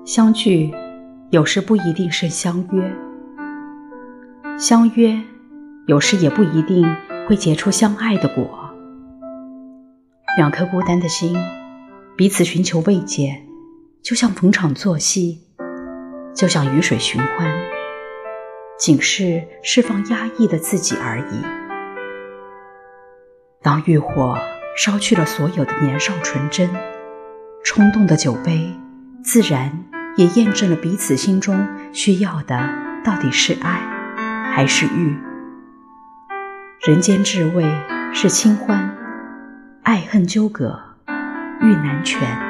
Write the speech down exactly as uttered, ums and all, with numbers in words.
相聚有时不一定是相约，相约有时也不一定会结出相爱的果。两颗孤单的心，彼此寻求慰藉，就像逢场作戏，就像雨水循环，仅是释放压抑的自己而已。当欲火烧去了所有的年少纯真，冲动的酒杯自然也验证了彼此心中需要的到底是爱还是欲。人间至味是清欢，爱恨纠葛欲难全。